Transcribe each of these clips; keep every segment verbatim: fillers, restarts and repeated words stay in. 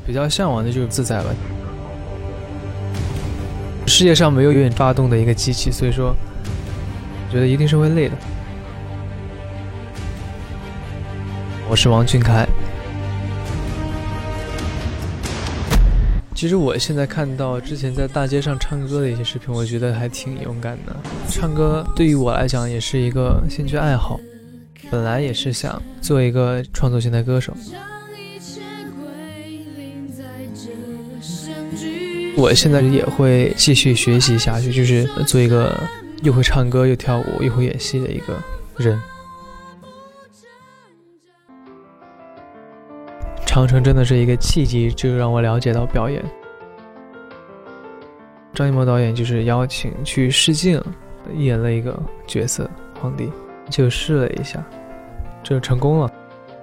比较向往的就是自在吧。世界上没有永远发动的一个机器，所以说我觉得一定是会累的。我是王俊凯。其实我现在看到之前在大街上唱歌的一些视频，我觉得还挺勇敢的。唱歌对于我来讲也是一个兴趣爱好，本来也是想做一个创作型的歌手。我现在也会继续学习下去，就是做一个又会唱歌又跳舞又会演戏的一个人。长城真的是一个契机，就让我了解到表演。张艺谋导演就是邀请去试镜，演了一个角色皇帝，就试了一下，就成功了。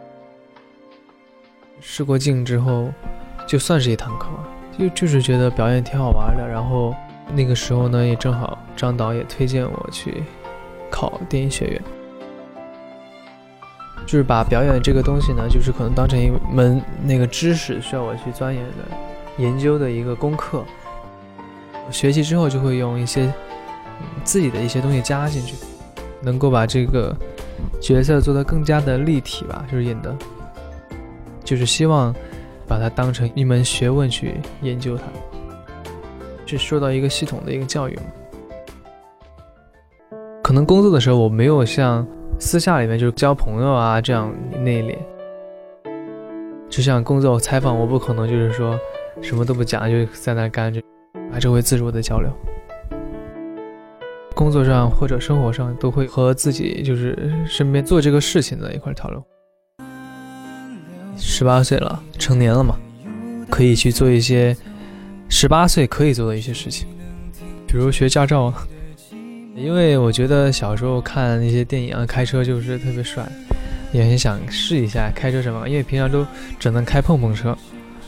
试过镜之后，就算是一堂课，就就是觉得表演挺好玩的。然后那个时候呢，也正好张导也推荐我去考电影学院。就是把表演这个东西呢，就是可能当成一门那个知识，需要我去钻研的、研究的一个功课。学习之后就会用一些、嗯、自己的一些东西加进去，能够把这个角色做得更加的立体吧，就是演的，就是希望把它当成一门学问去研究它，是受到一个系统的一个教育嘛。可能工作的时候我没有像私下里面就是交朋友啊这样内敛，就像工作采访我不可能就是说什么都不讲就在那干着，还是会自如的交流。工作上或者生活上都会和自己就是身边做这个事情的一块讨论。十八岁了，成年了嘛，可以去做一些十八岁可以做的一些事情，比如学驾照啊。因为我觉得小时候看那些电影啊，开车就是特别帅，也很想试一下开车什么，因为平常都只能开碰碰车。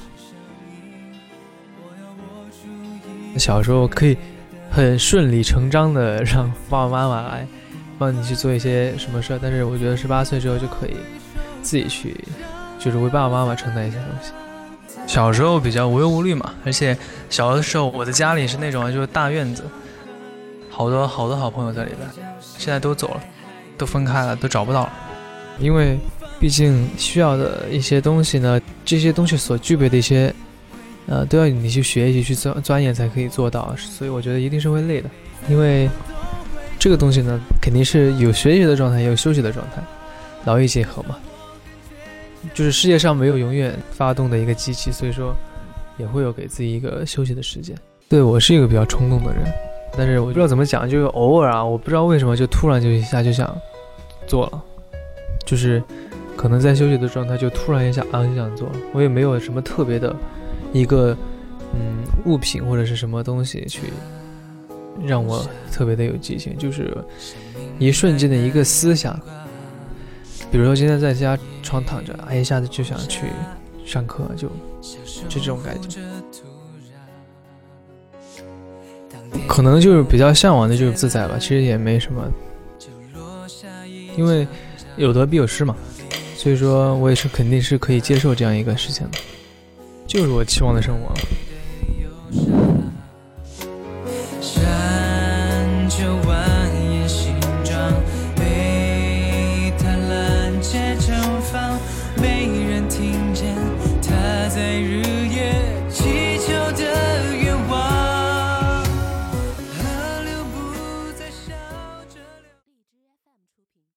小时候可以很顺理成章的让爸爸妈妈来帮你去做一些什么事，但是我觉得十八岁之后就可以自己去，就是为爸爸妈妈承担一些东西。小时候比较无忧无虑嘛，而且小的时候我的家里是那种就是大院子，好多好多好朋友在里边，现在都走了，都分开了，都找不到了。因为毕竟需要的一些东西呢，这些东西所具备的一些呃，都要你去学习去钻钻研才可以做到，所以我觉得一定是会累的。因为这个东西呢，肯定是有学习的状态，也有休息的状态，劳逸结合嘛。就是世界上没有永远发动的一个机器，所以说也会有给自己一个休息的时间。对，我是一个比较冲动的人，但是我不知道怎么讲，就是偶尔啊，我不知道为什么就突然就一下就想做了，就是可能在休息的状态就突然一下啊就想做了。我也没有什么特别的一个嗯物品或者是什么东西去让我特别的有激情，就是一瞬间的一个思想。比如说今天在家床躺着，哎，一下子就想去上课，就就这种感觉。可能就是比较向往的就是自在吧，其实也没什么，因为有得必有失嘛，所以说我也是肯定是可以接受这样一个事情的，就是我期望的生活。